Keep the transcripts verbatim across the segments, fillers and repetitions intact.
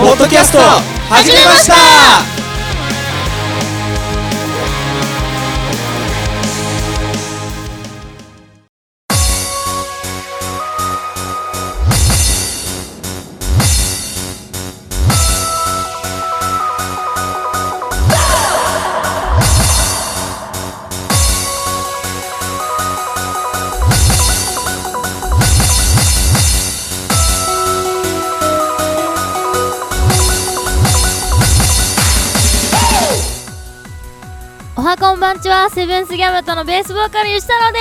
ポッドキャスト始めました。 おはこんばんちは。セブンスギャムとのベースボーカル吉太郎です。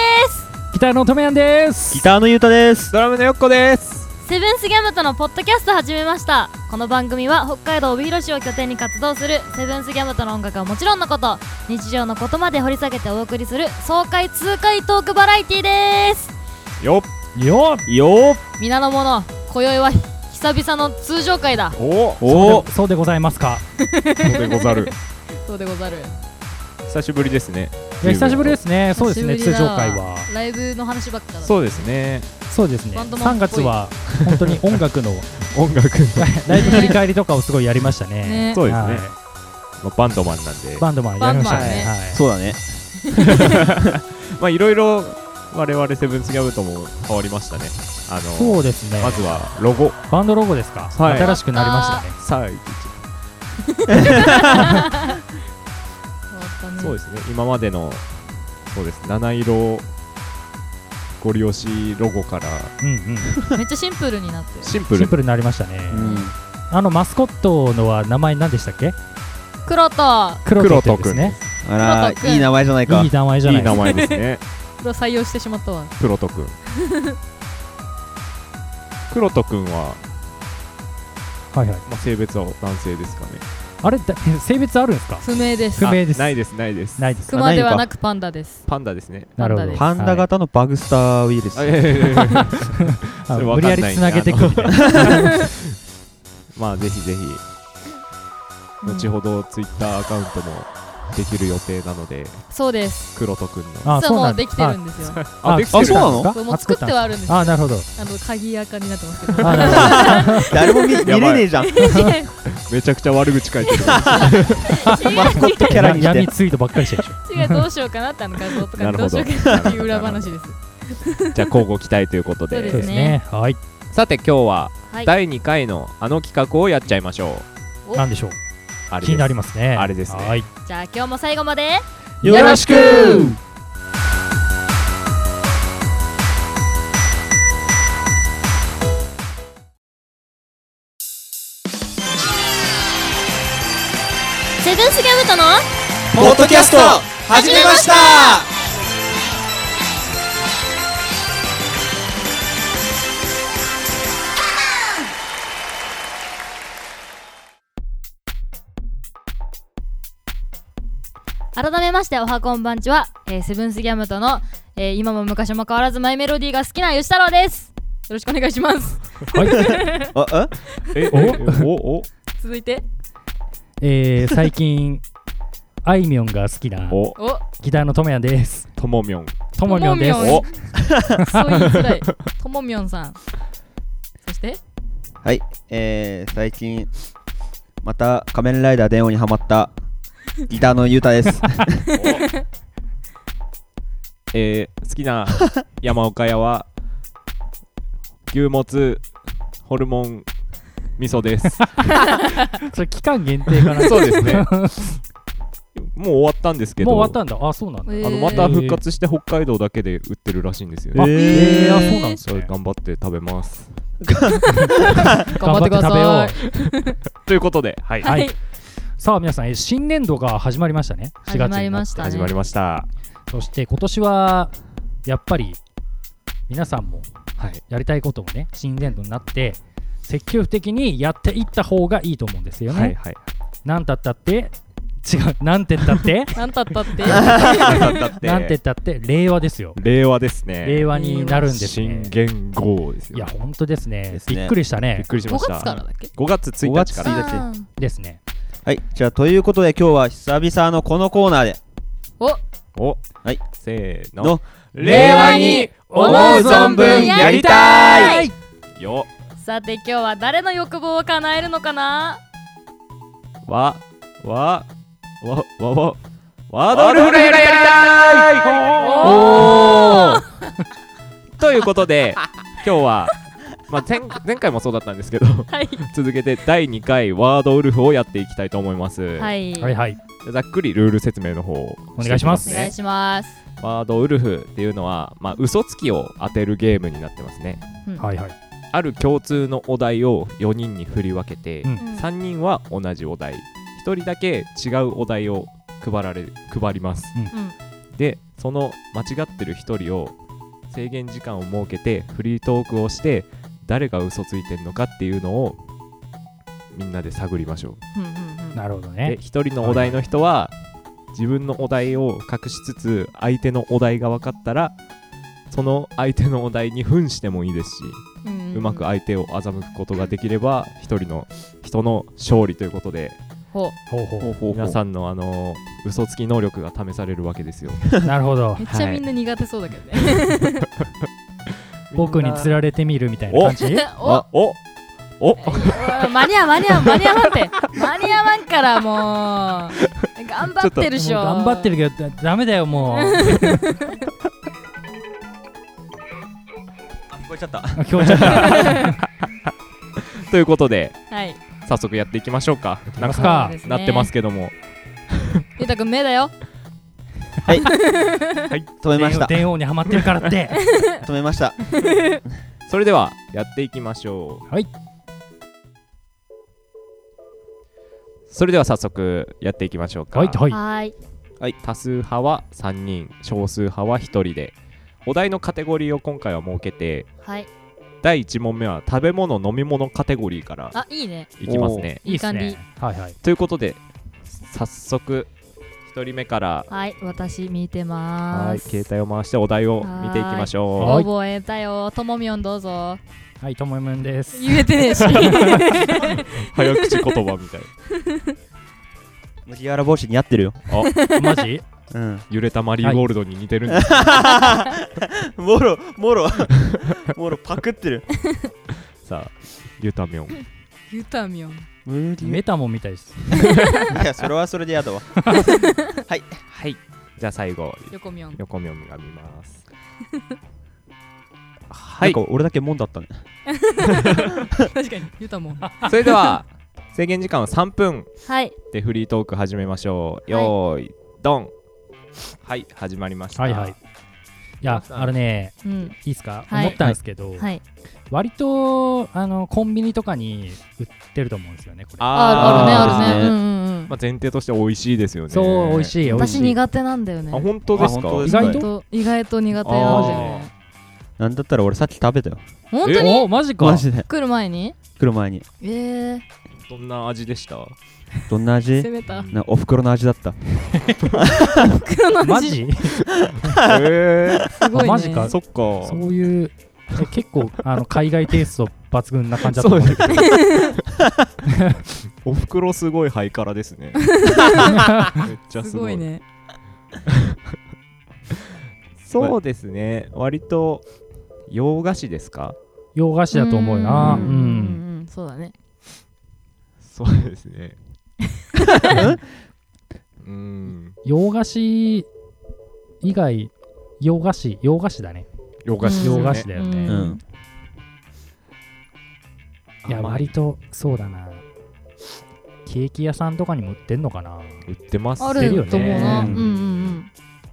ギターのとめやんです。 ギターのゆうたです。 ドラムのよっこです。 セブンスギャムとのポッドキャスト始めました。この番組は北海道帯広市を拠点に活動するセブンスギャムとの音楽はもちろんのこと、日常のことまで掘り下げてお送りする爽快痛快トークバラエティです。 よっよっよっ皆の者、今宵は久々の通常会だ。 おおそうで、そうでございますか。 そうでござるそうでござる。 久しぶりですね。 いや久しぶりですね。そうですね。通常会はライブの話ばっかだ。 そうですね。 そうですね。さんがつは本当に音楽の音楽ライブ振り返りとかをすごいやりましたね。 ねそうですね。はいまあ、バンドマンなんでバンドマンやりましたね。 ねはい、 そうだね。 まあいろいろ我々セブンスギャムとも変わりましたね。あのそうですね。 まずはロゴ、 バンドロゴですか。はい、新しくなりましたね。 さあそうですね。今までのそうです七色ご利用しロゴから、 うんうん、 めっちゃシンプルになってシンプルシンプルになりましたね。うん、あのマスコットのは名前何でしたっけ？ 黒と黒とですね。 あらいい名前じゃないか。 いい名前じゃないいい名前ですね。 黒採用してしまったわ。 黒とくん黒とくんははいはい、 まあ、性別は男性ですかね。 あれ性別あるんですか？ 不明です。 不明です。 ないですないです。 ないです。 クマではなくパンダです。 パンダですね。 なるほど。 パンダ型のバグスターウイルス。 無理やりつなげてくる。 まあぜひぜひ後ほどツイッターアカウントもできる予定なので。 そうです。 黒とくんの。 あ、そうなんです。もうできてるんですよ。 あ、できてる。 あ、そうなの？ もう作ってはあるんです。 あ、なるほど。 あの鍵垢になってますけど。 誰も見れねえじゃん。 めちゃくちゃ悪口書いてる。 マスコットキャラにして闇ツイートばっかりしてるでしょ。 違う、どうしようかなってあの画像とかどうしようかなっていう裏話です。 じゃあ交互期待ということで。 そうですね。 はい。 さて今日はだいにかいのあの企画をやっちゃいましょう。なんでしょう。 あれ気になりますね。 あれですね。 はい。 じゃあ今日も最後までよろしく。 セブンスギャムとのポッドキャスト始めました。 改めましておはこんばんちは、えー、セブンスギャムとの、えー、今も昔も変わらずマイメロディーが好きな吉太郎です。よろしくお願いします。 はい。 あえおおお続いて、 えー、最近あいみょんが好きなおギターのともやんです。 ともみょんともみょんです。 おそう言いづらい。ともみょんさん。そしてはい、えー、最近また仮面ライダー電王にハマったギターのゆうたです。 えー、好きな山岡屋は牛もつホルモン味噌です。 それ期間限定かな。 そうですね。もう終わったんですけど。 もう終わったんだ。あ、そうなんだ。 あのまた復活して北海道だけで売ってるらしいんですよ。 えー、えー、あ、そうなんですね。 頑張って食べます。 頑張ってください。 ということで、はい。 はい。 さあ皆さん、新年度が始まりましたね。しがつになって始まりました。 そして今年はやっぱり皆さんもやりたいこともね、新年度になって積極的にやっていった方がいいと思うんですよね。 はいはい。 なんたったって違う、なんてったってなんたったってなんてったって令和ですよ。 令和ですね。 令和になるんですね。 新元号ですよ。 いや本当ですね。びっくりしたね。 びっくりしました。 ごがつからだっけ？ ごがつついたちからですね。 はい、じゃあということで今日は久々のこのコーナーでおおはいせーのの令和に思う存分やりたいよ。 さて今日は誰の欲望を叶えるのかな。 わわわわわワードウルフがやりたいおーということで今日は、まあ、前, 前回もそうだったんですけど、 はい、 続けてだいにかいワードウルフをやっていきたいと思います、 はい、 はいはいざっくりルール説明の方をお願いしますお願いします。 ワードウルフっていうのは、まあ、嘘つきを当てるゲームになってますね、 うん、 はいはい。 ある共通のお題をよにんに振り分けて、 うん、 さんにんは同じお題、ひとりだけ違うお題を配られ配ります、 うん、 でその間違ってるひとりを制限時間を設けてフリートークをして誰が嘘ついてんのかっていうのをみんなで探りましょう、 うんうんうん、 なるほどでね。 ひとりのお題の人は自分のお題を隠しつつ相手のお題が分かったらその相手のお題に扮してもいいですし、 うんうんうん、 うまく相手を欺くことができればひとりの人の勝利ということで、 ほほうほうほうほう。 皆さんのあのー、嘘つき能力が試されるわけですよなるほど。 めっちゃみんな苦手そうだけどね、 僕に釣られてみるみたいな感じ。 おあおお間に合う間に合う間に合わんって間に合わんからもう頑張ってるっしょ。 もう頑張ってるけどだダメだよもう。 聞こえちゃった聞こえちゃったということで、 はい、 早速やっていきましょうか。 なんかそうですねなってますけどもゆうたくん目だよ。 はいはい止めました電王にはまってるからって止めましたそれではやっていきましょう。 はい。 それでは早速やっていきましょうか。 はいはいはい、 多数派はさんにん、少数派はひとりでお題のカテゴリーを今回は設けて、 はい、 だいいち問目は食べ物飲み物カテゴリーからあ、いいね、 いきますね。 いいっすねいい感。 はいはい。 ということで早速ひとりめからはい、私見てまはいーす。 携帯を回してお題を見ていきましょはい覚えたよ。ともみょんどうぞ。 はい、ともみょんです。 言えてねえしう。早口言葉みたい。 麦わら帽子似合ってるよマジ？ うん揺れたマリーゴールドに似てるんです、 もろもろもろパクってるさあゆたみょんゆたみょん。 無理メタモンみたいです。 いやそれはそれでやだわはいはいじゃあ最後横みょん。 横みょんが見ますははいい俺だけもんだったね確かにゆたもん。 それでは制限時間はさんぷんはい、 でフリートーク始めましょう、 はいよーいドン。はい始まりました。 はいはい。いや、あれね、 うん、 いいっすか、 はい思ったんですけど、 はい。 割とあのコンビニとかに売ってると思うんですよね、これ。 あるね、 あーあるね。 ですねうんうんうん。 まあ、前提として美味しいですよね。 そう、美味しい、美味しい。 私苦手なんだよね。 あ本当ですか。 あ本当ですか意外と意外と苦手なんだよね。 なんだったら俺さっき食べたよ本当にお、マジか。 マジで来る前に？ 来る前にえー、 どんな味でした？ どんな味攻めた。 なお袋の味だった袋の味。 マジ？ えー、 すごいね。 マジかそっか。 そういうえ結構あの海外テイスト抜群な感じだったんだけど。 お袋すごいハイカラですね。めっちゃすごい。 すごいね。 そうですね。割と洋菓子ですか？ 洋菓子だと思うな。ううんうんうんん、そうだね。 そうですね。うーん。 洋菓子以外、洋菓子、洋菓子だね。 洋菓子ですよね。 洋菓子だよね。 うんうんいや、割とそうだな。ケーキ屋さんとかにも売ってんのかな。 売ってます。 あるよねると思うな。 ううんんうんうん。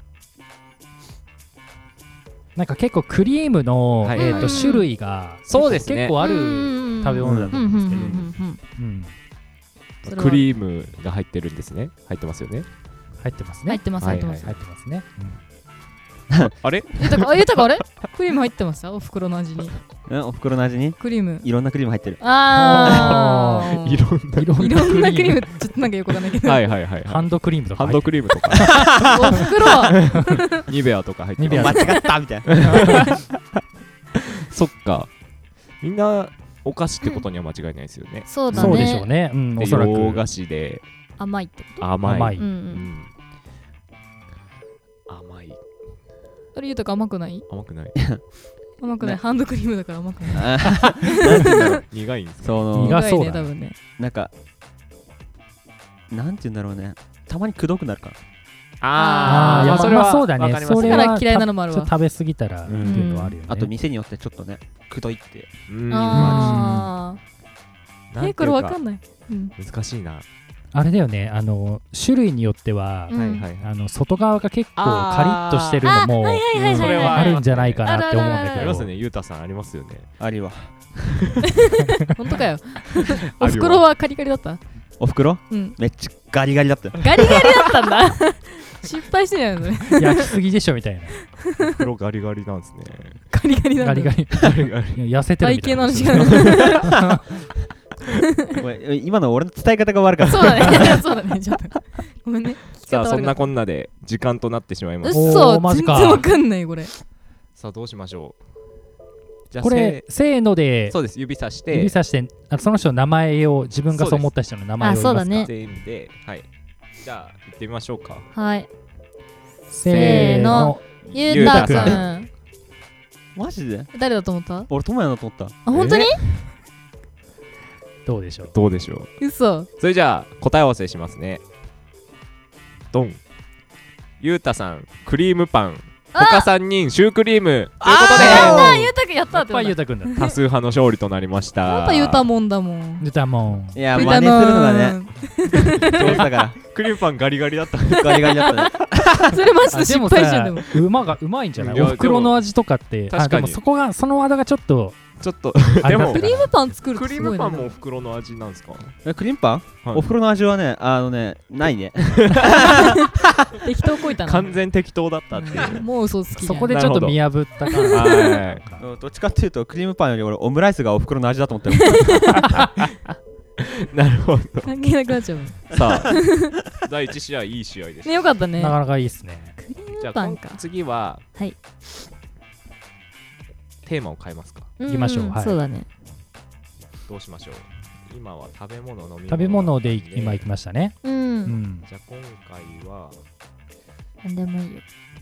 なんか結構クリームの、 はいえーとうん種類がそうですね結構ある食食べ物だとうんうんうん思うんですけど、 うんうんそれはクリームが入ってるんですね。入ってますよね。 入ってますね。 入ってます入ってます。 入ってますね。 あれ？ ゆたかあゆたかあれ？クリーム入ってますよお袋の味に。 うんお袋の味にクリーム。 いろんなクリーム入ってるああ。 いろんな。 いろいろんなクリームちょっとなんかよくわかんないけど。 はいはいはいはい。 ハンドクリームとかハン入ってドクリームとかお袋。 ニベアとか入ってニベアます。 間違ったみたいなそっか。みんなお菓子ってことには間違いないですよね。 そうだね。 そうでしょうね。うん、 でおそらく洋菓子で甘いってこと？ 甘い。 甘い。 うんう。 うんん。甘い。 あれゆたか甘くない？ 甘くない。 甘くない、 ねハンドクリームだから甘くない。 あーなんて言うんだろう苦いんですか。 その苦そうだね、多分ね。 なんかなんて言うんだろうね、たまにくどくなるからあー、いやまあそれはまあそうだねわかりますそれはだから嫌いなのもあるわちょっと食べ過ぎたらってうんいうのはあるよね。 あと店によってちょっとねくどいってうんあー。え、これわかんない。 ない。うん。 難しいな。 あれだよね、あの種類によっては、 うんはいはいはい。 あの外側が結構カリッとしてるのもあはいはいはいはいそれはあるんじゃないかなって思うんだあるあるあるけどありますね、ゆうたさんありますよね。 ありはほんとかよ。お袋はカリカリだった？ おふくろうん。 めっちゃガリガリだったよガリガリだったんだ。失敗してないのね。 焼きすぎでしょみたいな。 袋ガリガリなんですね。 ガリガリなんだ。 ガリガリガリガリ。 いや痩せてる体みたい型のな。 話が。 ごめん今の俺の伝え方が悪かったそうだね。そうだね。ちょっと。ごめんね。 さあそんなこんんなで時間となってしまいまうっす。 そおーマジか全然わかんないこれ。 さあどうしましょう。じゃあこれせーのでそうです指さして指さしてあその人の名前を自分がそう思った人の名前を言いますか。 あそうだね全員ではい。じゃあ行ってみましょうか。 はい。 せーの。 ゆうたくゆうたん。 マジで誰だと思った？あ、 俺友也だと思った本当に？ どうでしょう。 どうでしょう。 嘘。 それじゃあ答え合わせしますね。ドン。ゆうたさんクリームパン。他さんにんシュークリームということやったでゆうたくんやったやってぱっことだ。 りゆうたくんだ。 多数派の勝利となりました。 やっぱゆうたもんだもん。 ゆうたもん。 いやゆうたもん真似するのがね上手だかクリームパンガリガリだった。 らガリガリだったねそれマジで失あでもさ敗してんだもん。 馬がうまいんじゃないいやお袋の味とかって。 確かにあでもそこがそのワードがちょっとちょっとあれだったでもクリームパン作るっクリーてすごいな。 ムパンもお袋の味なんですか。 えクリームパンはいお風呂の味はねあのねないね適当こいたな。 完全適当だったっていう。 もう嘘つきじゃん。 そこでちょっと見破った感じ。 はうんどっちかっていうとクリームパンより俺オムライスがお袋の味だと思ってるい。なるほど。 関係なくなっちゃうもん。 さあだいいち試合いい試合でしね、よかったねな。かなかいいっすね。 クリーた。じゃあ今ムパンか。 次ははい。 テーマを変えますか。 行きましょうはいそうだね。 どうしましょう。今は食べ物飲み物食べ物で今行ききましたね。 う。 うんん。 じゃあ今回はなんでもいいよ。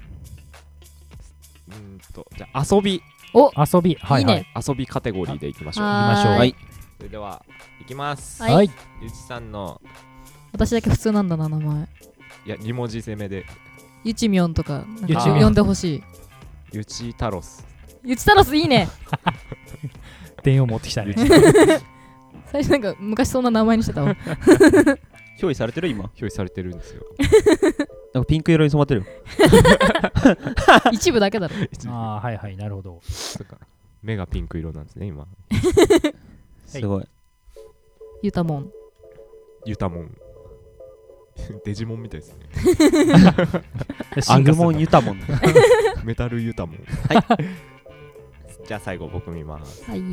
うーんとじゃあ遊び遊び。はいはいいいね。 遊びカテゴリーでいきましょう。 はーい行きましょうはいそれではいきます。 はいはい。 ゆうちさんの私だけ普通なんだな、名前。 いやに文字攻めでゆちみょんとか、なんかゆちみょん呼んでほしい。 ゆちタロス。 ゆちタロスいいね。 電を持ってきたね。 最初なんか昔そんな名前にしてたわ。 憑依されてる今表示されてるんですよ。 なんかピンク色に染まってるよ一部だけだろ。 ああはいはいなるほど。 そっか目がピンク色なんですね今。 すごいゆたもん。 ユタモン。デジモンみたいですね。 アグモンユタモンメタルユタモン。 はいじゃあ最後僕見ます。 はい。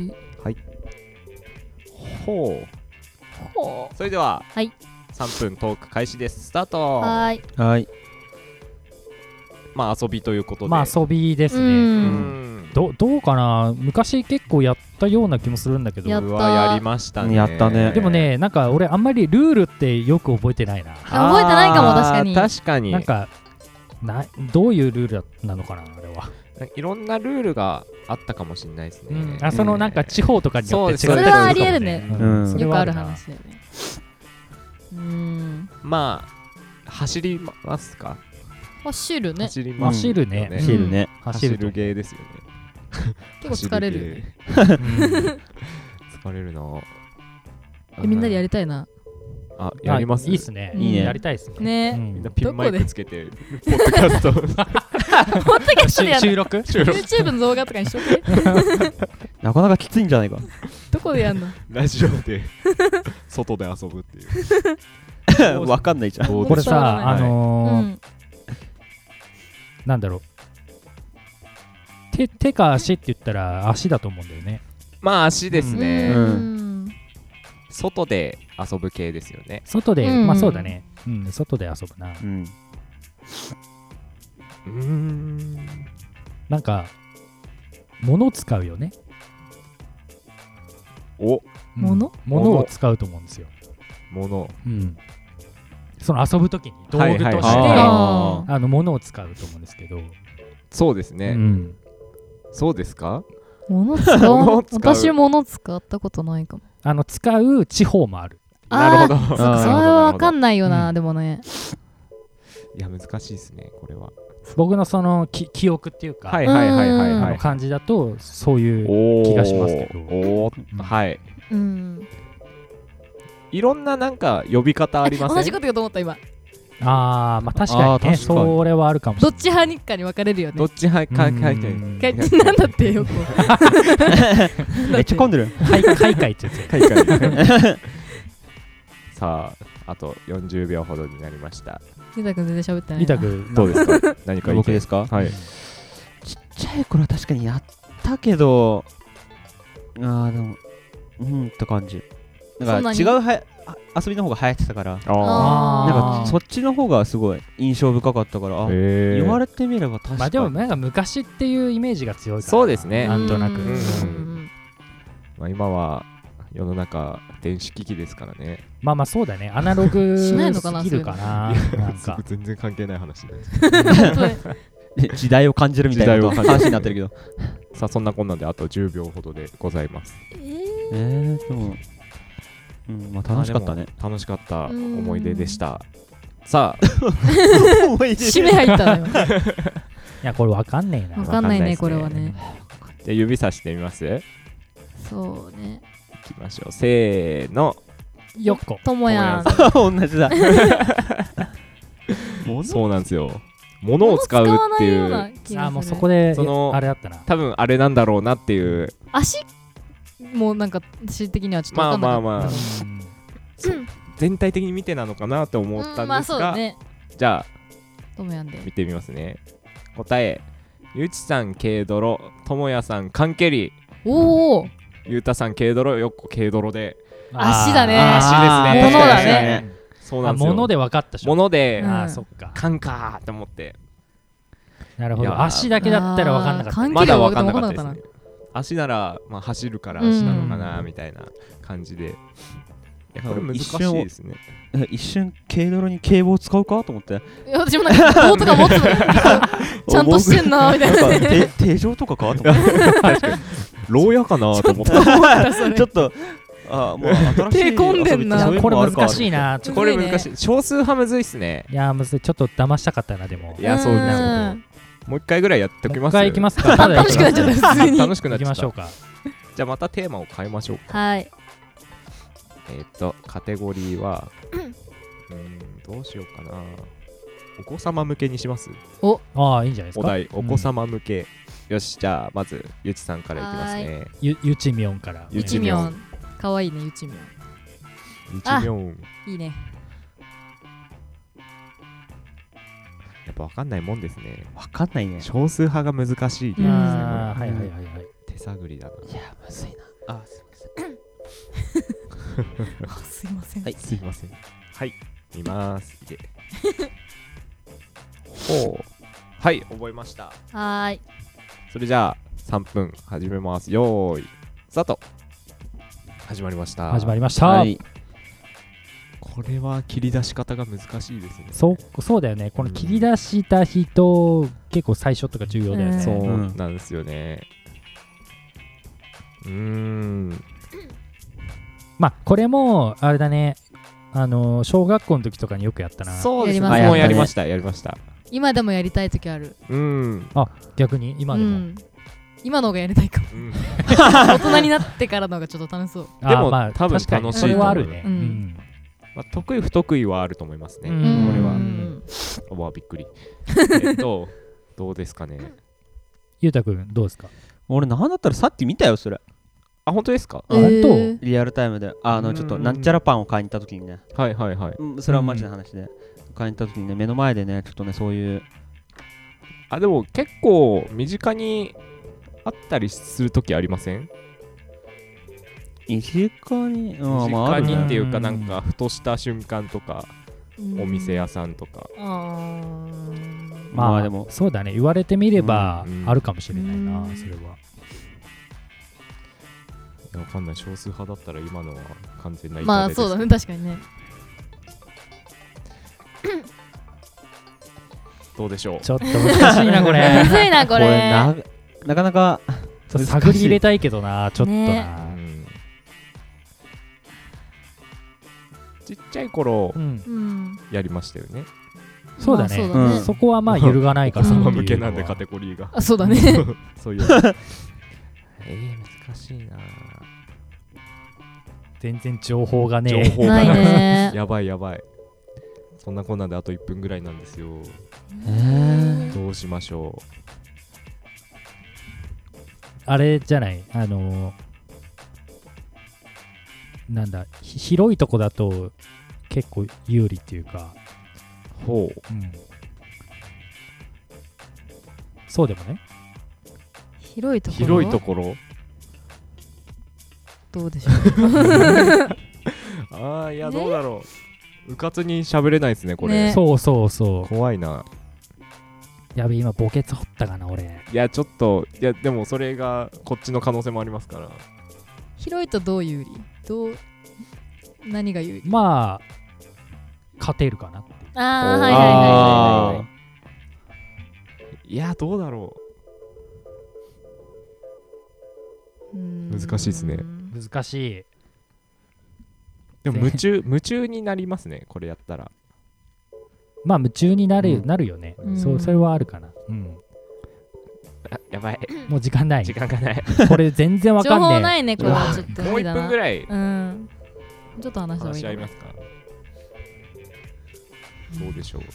ほう。 ほそれでは、 はいさんぷんトーク開始です。スターう。 ト。 はーい。 はいまあ遊びということで。 まあ遊びですう。 ね。 うんん。 どどうかな昔結構やったような気もするんだけどやっうわやりましたね。 やったねでもねなんか俺あんまりルールってよく覚えてないな。 あ覚えてないかもあー確かに確かになんかなどういうルールなのかなあれは。 いろんなルールがあったかもしれないですね。 あそのなんか地方とかによって違ったりするかもそれはありえるねうんそれよくあるはな話だよね。うーん。 まあ走りますか。 走るね。 走ります走るねよ走るね走る走るとゲーですよね。 結構疲れるよね。 うん疲れるな。 えみんなでやりりたいな。 あやります。 いいっすね。 いいねやりたいっすね。 ねうんみんなピンマイクつけてポッドキャストポッドキャストでやる。 収録収録 YouTube の動画とかにしとけ。 なかなかきついんじゃないかどこでやんの？ ラジオで外で遊ぶっていう。 わかんないじゃんどうこれしょうがさないあのーうん。 なんだろう手手か足って言ったら足だと思うんだよね。 まあ足ですね。 うん。 外で遊ぶ系ですよね。 外で、 うんまあそうだね。うん、外で遊ぶな。 うんうーん。 なんか、物使うよね。 おうん物物を使うと思うんですよ。 もの。 うん。その遊ぶときに道具として、 はいはいああの物を使うと思うんですけど、 そうですね。 うん、 そうですか？ 物使う物使う私物使ったことないかも。 あの使う地方もある。 なるほど。 そっか、それはわかんないよな、 うんでもね。 いや難しいですねこれは。 僕のそのき記憶っていうか、 はいはいはいはいはい。 あの感じだとそういうおー気がしますけどおーうんはい。 うん。 いろんななんか呼び方ありません？ 同じこと言おうと思った今。 あーまあ確かにねあー確かにそれはあるかもしれない。 どっち派にかに分かれるよねどっ。ち派か書いてる。 うんかいなんだってよく。 めっちゃ混んでる。 海海外って言って書いてあるさああとよんじゅうびょうほどになりました。 ゆたくん全然喋ってないな。 リタ君どうですか？何か意見僕ですか？ はい。 ちっちゃい頃は確かにやったけど、あーでも、うんって感じ。なんか違うはあ遊びの方が流行ってたから、 ああーなんかそっちの方がすごい印象深かったから、ああ。へ言われれてみれば確かに。 まあでもなんか昔っていうイメージが強いからそうですねなんとなくうんうんうんまあ今は世の中電子機器ですからね。 まあまあそうだねアナログしないのかなすぎるかななんか全然関係ない話で。 本当に時代を感じるみたいな時代を感じる話になってるけど。 さあそんなこんなんであとじゅうびょうほどでございます。 えー、でも、うん、まあ楽しかったね。 まあでも楽しかった思い出でした。さあ締め入ったのよ。 いやこれわかんねえなわかんないね、 わかんないですねこれはね。 じゃあ指さしてみますいそうね。 きましょう。せーの。 よっこ。 ともやん。 同じだ。 そうなんですよ。物を使うっていう物使わないような気がするあーもうそこでそのあれだったな。 多分あれなんだろうなっていう。 足もうなんか私的にはちょっとわまあかんなかった。 まあまあうん全体的に見てなのかなと思ったうんまあんですが、 そうね。 じゃあともやんで。 見てみますね。答えゆちさん軽泥、ともやさん缶蹴り、 おお。 ゆうたさん軽泥、よっこ軽泥で。 足だね足ですね。 物だねあそうなんですよ。 物で分かったでしょ。 物でうんあーそっか。 缶かーって思って。 なるほど。 いやー足だけだったら分かんなかった。 あーまだ分かんなか缶蹴りは分かんなかったですね。足なら、まあ、走るから足なのかなみたいな感じで。いやこれ難しいですね。 一瞬軽泥に警棒使うかと思って。 いや私もなんか棒とか持つのちゃんとしてんなみたいな。 なんか手手錠とかかと思って。 牢屋かなと思った。 ちょっと、あもう新しい手込んでんな遊びってそういうこれのもあるか難しい。な。ちょっとこれ難しい。少数派むずいっすね。 いやーむずい。ちょっと騙したかったなでも。 いやそううんなるほど。もう一回ぐらいやっておきます。 もう一回行きますか。まだ楽しくなっちゃった普通に。 楽しくな行っちゃった。 きましょうか。 じゃあまたテーマを変えましょうか。 はい。 えっとカテゴリーはうーんどうしようかな。お子様向けにします？ ああいいんじゃないですか。 お題お子様向け。よしじゃあまずゆちさんからいきますね。 ゆゆちみょんから。 ゆゆちみょんちみょん。かわいいね、ゆちみょん。 ゆちみょん。 いいね。 やっぱわかんないもんですね。 わかんないね。 少数派が難しいですね。 うんああはいはいはいはい。 手探りだな。 いや、むずいな。あ、すあすいません。 はいすいません。はい、見ます。いけ。ほう。はい、覚えました。 はーい。 それじゃあ、さんぷん始めます。よーい、スタート。始まりました。 始まりました。 はい。 これは切り出し方が難しいですね。 そうそうだよね。この切り出した人、結構最初とか重要だよね。 そううんなんですよね。うーん。 まあこれもあれだね。あの小学校の時とかによくやったな。 そうですね。 やりますねもうやりました、やりました。 今でもやりたい時ある。 うーん。 逆に今でも。 うん今の方がやりたいかも。 うん大人になってからの方がちょっと楽しそう。 あでもまあ多分確かに楽しいそれはあると思うね。 うんうんまあ、得意不得意はあると思いますね。 うんこれは。 うんうわ、びっくり。えっと、どうですかね。 ゆうたくんどうですか。 俺、なんだったらさっき見たよ、それ。 あ、本当ですか？ あ本当えーリアルタイムで。あの、ちょっと、 うんなんちゃらパンを買いに行った時にね。 はいはいはい。 うんそれはマジな話で。買いに行った時にね、目の前でね、ちょっとね、そういう。 あ、でも結構身近にあったりするときありません？ 身近に、うん身まあ、あ近るねにっていうか、 うんなんかふとした瞬間とか、お店屋さんとか。 あーまあまあでもそうだね。言われてみればうんうんあるかもしれないなうんそれは。 いやわかんない。少数派だったら今のは完全な痛手です。 まあそうだね、確かにね。 どうでしょう？ ちょっと難しいなこむれ。 ずいな、ここれれ。 な、なかなかそう探り入れたいけどな、ちょっとねな、 うんちっちゃい頃うん、 うんやりましたよね。 そうだね、 まあそうだねうんそこはまあ揺るがないから、 うんその向けなんでカテゴリーが。 あそうだねそういう。えー、難しいな。 全然情報がね情報がないねやばいやばい。そんなこんなんであといっぷんぐらいなんですよ。 えーどうしましょあれじゃない、あのー、なんだひ広いとこだと結構有利っていうか、 う。ほう。 うん、そうでもね、 広いところ広いところ。 どうでしょうああ、いや、どうだろう。うかつに喋れないですね、これ。 ねそうそうそ怖いな。 う、やべ今墓穴掘ったかな俺。 いや、ちょっと、いや、でもそれがこっちの可能性もありますから。 広いとどう有利どう何が有利まあ勝てるかなっていう。 ああはいはいはいはいはいいや、どうだろうーん難しいっすね難しい。 う。でも、夢中、夢中になりますね、これやったら。 まあ夢中になる、 うんなるよね、 うんそうそれはあるかな、うん、 あ、やばい。 もう時間ない時間がない。 これ全然わ情かんねえ。 報ないねこれはちょっともう1 無理だな分ぐらいうんちょっと話した方がいいかな話し合いますか。どうでしょう。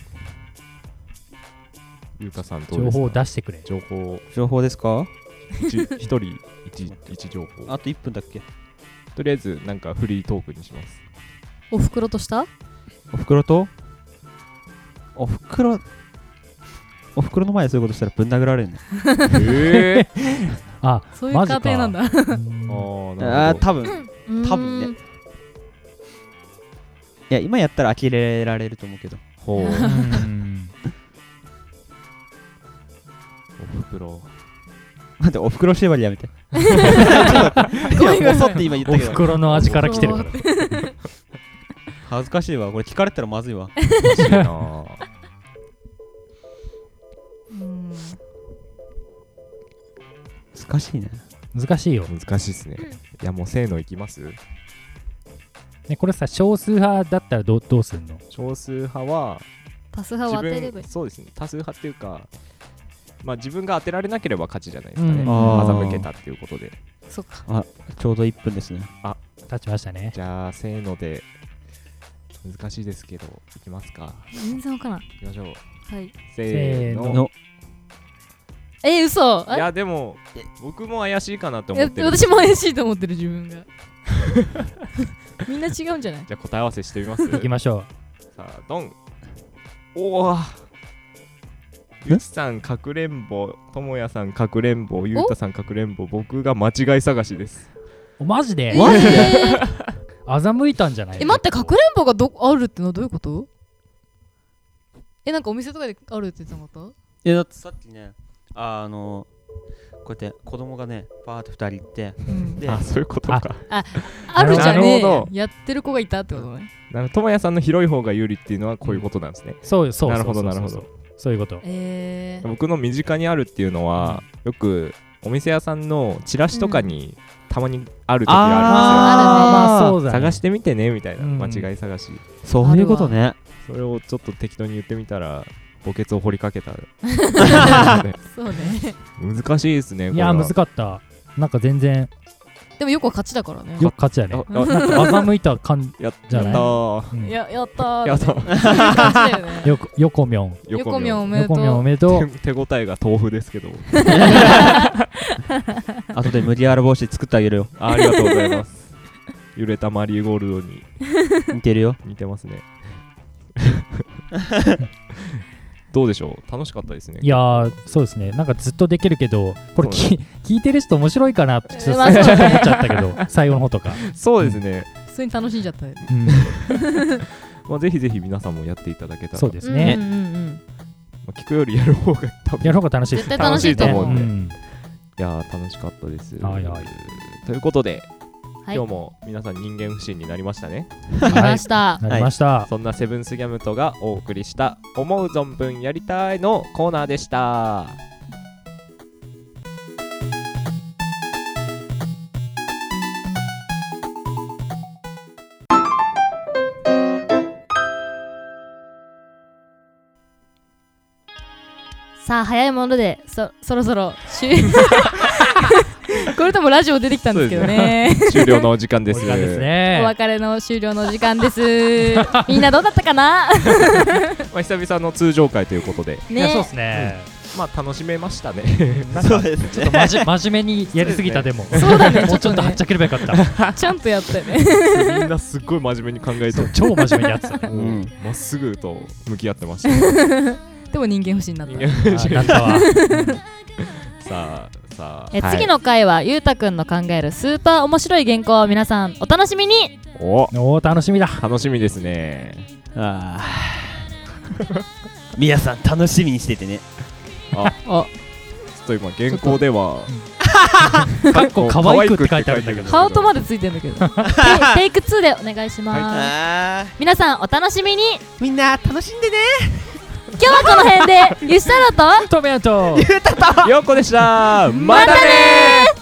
ゆうたさん、どう情報をですか。 出してくれ。 情報、 情報ですか？ 一一人一一情報。 あといっぷんだっけ？ とりあえず、なんかフリートークにします。 おふくろとしたおふくろとおふくろおふくろの前でそういうことしたらぶん殴られるの。 ええ。 あ、 そういう家庭なんだうんあー、なるほど。 あー多分多分ね。いや今やったら呆れられると思うけど。 ほう。 うんおふくろ。 待っておふくろ縛りやめて。 ごめんごめん遅って今言ったけどおふくろの味から来てるから。 恥ずかしいわ。これ聞かれたらまずいわ。 欲しいなぁ。 うん難しいね。 難しいよ、 難しいっすね。いや、もうせーのいきます。 ね、これさ少数派だったらどうどうすんの？ 少数派は、 多数派を当てればいいそうですね。多数派っていうか、まあ自分が当てられなければ勝ちじゃないですかね。 うんあー欺けたっていうことで。 そっかちょうどいっぷんですね。 立ちましたね。 じゃあ、せーので、難しいですけど、いきますか。 全然わからんいきましょう。 はいせーの。 のえ嘘あいや、でも、僕も怪しいかなっていや思ってる。 私も怪しいと思ってる自分がみんな違うんじゃないじゃあ答え合わせしてみます。 行きましょさあ、ドン。おお。ゆちさんかくれんぼ、ともやさんかくれんぼ、ゆうたさんかくれんぼ、僕が間違い探しです。 う。マジで？ マジで欺いたんじゃない？ え待ってかくれんぼがどあるってのはどういうことえなんかお店とかであるって言ってなかっいやだってさっきねああのこうやって子供がねパーってふたり行ってた、うん、 であ、そういうことか。 あるじゃねえなるほどやってる子がいたってことねなるともやさんの広い方が有利っていうのはこういうことなんですね。 そうそうそうそうなるほど、なるほど。 そういうこと。 えー、 僕の身近にあるっていうのは、よくお店屋さんのチラシとかにたまにある時があああーまあそうるんですよ。 だね。 探してみてねみたいな、 うん間違い探し。 そういうことね。 それをちょっと適当に言ってみたら、墓穴を掘りかけた。 そうね難しいですね。 いやこれは難かった。なんか全然でもよくは勝ちだからねよく勝ちだね。 ああなんか欺いた感やじゃないやったー。 うんややったーやったそういう感じだよねよこよこみょん。 横みょんおめでとよこみょんおうめでとう。 手手応えが豆腐ですけど。 後で麦わら帽子作ってあげるよ。 あありがとうございます。揺れたマリーゴールドに似てるよ。 似てますね。どうでしょう、楽しかったですね。 いやーそうですね。なんかずっとできるけどこれそうき聞いてる人面白いかなってちょっとまあそうちょっと思っちゃったけど最後の方とか。 そうですね。 普通に楽しんじゃったよねうんまあ、ぜひぜひ皆さんもやっていただけたら。 そうですねうん。うんうんまあ、聞くよりやる方が多分やる方が楽しいです。 絶対楽しいと思う楽しいと思うんでうんいやー楽しかったです。 はいはいということで、 はい今日も皆さん人間不信になりましたね。 来ましたなりました。 そんなセブンスギャムトがお送りした思う存分やりたいのコーナーでした。 さあ早いものでそそろそろ終これともラジオ出てきたんですけどね終了のお時間です。 お時間ですおね。 別れの終了の時間ですみんなどうだったかなまあ久々の通常回ということで、 いやそうでねすね。 まあ楽しめましたね。 そうですちょっとまじ真面目にやりすぎたでも。 そうだねもうちょっとはっちゃければよかった。 ちゃんとやったよねみんなすっごい真面目に考えて超真面目にやってた。 うんまっすぐと向き合ってました。 でも人間不信になった人間あなったわ。 さあさあえ、 はい次の回はゆうたくんの考えるスーパー面白い原稿を皆さんお楽しみに。 おおー楽しみだ。 楽しみですね。 あー皆さん楽しみにしててね。 あおちょっと今原稿ではかっこ可愛くって書いてあるんだけど。 ハートまでついてんだけどテイテイクツーでお願いします、 あ皆さんお楽しみに。 ーみんな楽しんでね。 今日はこの辺でゆしたろうとトメアンとようこでした。またねー。